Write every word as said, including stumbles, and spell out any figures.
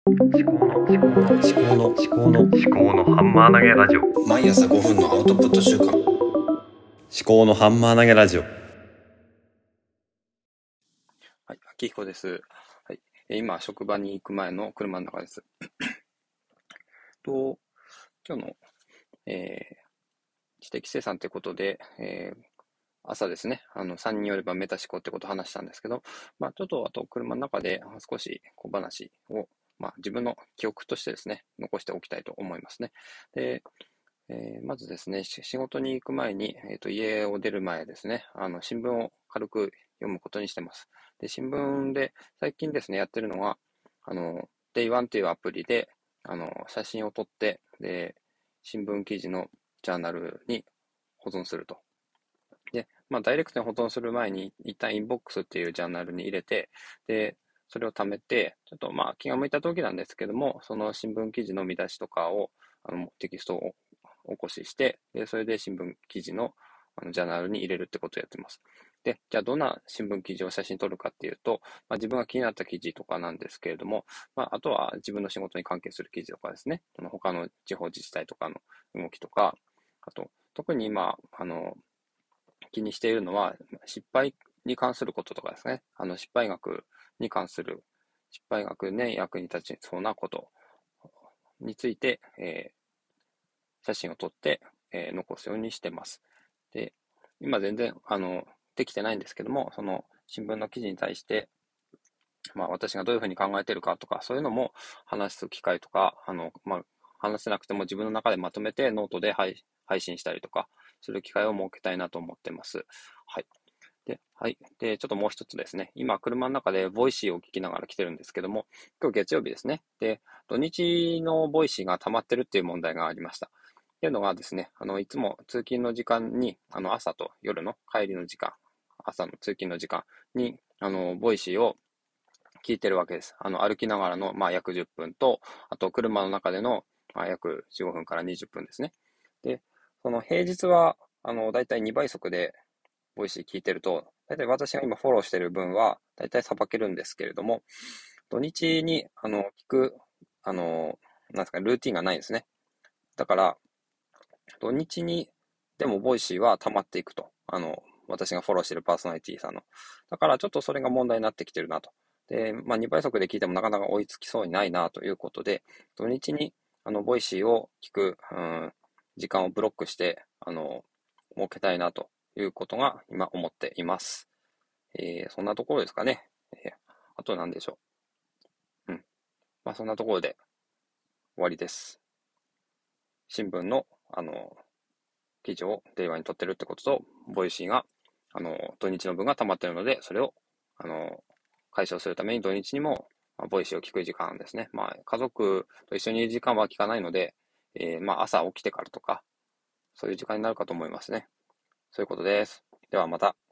思考の思考の思考の思考の思考のハンマー投げラジオ。 毎朝ごふんのアウトプット週間。思考のハンマー投げラジオ。 はい、秋彦です。はい、今、職場に行く前の車の中です。と、今日の、えー、知的生産ということで、えー、朝ですね、あの、さんにんよればメタ思考ってことを話したんですけど、まあ、ちょっとあと車の中で少し小話を、まあ、自分の記憶としてですね、残しておきたいと思いますね。で、えー、まずですね、仕事に行く前に、えーと、家を出る前ですね、あの、新聞を軽く読むことにしてます。で、新聞で最近ですね、やってるのは、あの、デイワンというアプリで、あの、写真を撮って、で、新聞記事のジャーナルに保存すると。で、まあ、ダイレクトに保存する前に、一旦インボックスっていうジャーナルに入れて、で、それを貯めて、ちょっとまあ気が向いた時なんですけども、その新聞記事の見出しとかを、あのテキストを起こしして、で、それで新聞記事のあのジャーナルに入れるってことをやってます。で、じゃあどんな新聞記事を写真撮るかっていうと、まあ、自分が気になった記事とかなんですけれども、まあ、あとは自分の仕事に関係する記事とかですね、あの他の地方自治体とかの動きとか、あと、特に今、あの、気にしているのは、失敗に関することとかですね。あの、失敗学に関する、失敗学で役に立ちそうなことについて、えー写真を撮って、えー残すようにしてます。で、今全然、あの、できてないんですけども、その新聞の記事に対して、まあ、私がどういうふうに考えているかとか、そういうのも話す機会とか、あの、まあ、話せなくても自分の中でまとめてノートで配配信したりとか、する機会を設けたいなと思ってます。はい。で、はい。で、ちょっともう一つですね。今、車の中でボイシーを聞きながら来てるんですけども、今日月曜日ですね。で、土日のボイシーが溜まってるっていう問題がありました。っていうのがですね、あの、いつも通勤の時間に、あの、朝と夜の帰りの時間、朝の通勤の時間に、あの、ボイシーを聞いてるわけです。あの、歩きながらの、まあ、約じゅっぷんと、あと、車の中での、まあ、約じゅうごふんからにじゅっぷんですね。で、その平日は、あの、だいたいにばい速で、ボイシー聞いてると、だいたい私が今フォローしてる分は、だいたいさばけるんですけれども、土日に、あの、聞く、あの、なんですか、ルーティンがないんですね。だから、土日に、でも、ボイシーは溜まっていくと。あの、私がフォローしてるパーソナリティさんの。だから、ちょっとそれが問題になってきてるなと。で、まあ、にばい速で聞いてもなかなか追いつきそうにないなということで、土日に、あの、ボイシーを聞く、うん、時間をブロックして、あの、設けたいなということが今思っています。えー、そんなところですかね。えー、あと何でしょう。うん。まあ、そんなところで終わりです。新聞の、あの、記事をデイワに取ってるってことと、ボイシーが、あの、土日の分が溜まってるので、それを、あの、解消するために土日にも、まあ、ボイシーを聞く時間ですね。まあ、家族と一緒にいる時間は聞かないので、えー、まあ、朝起きてからとか、そういう時間になるかと思いますね。そういうことです。ではまた。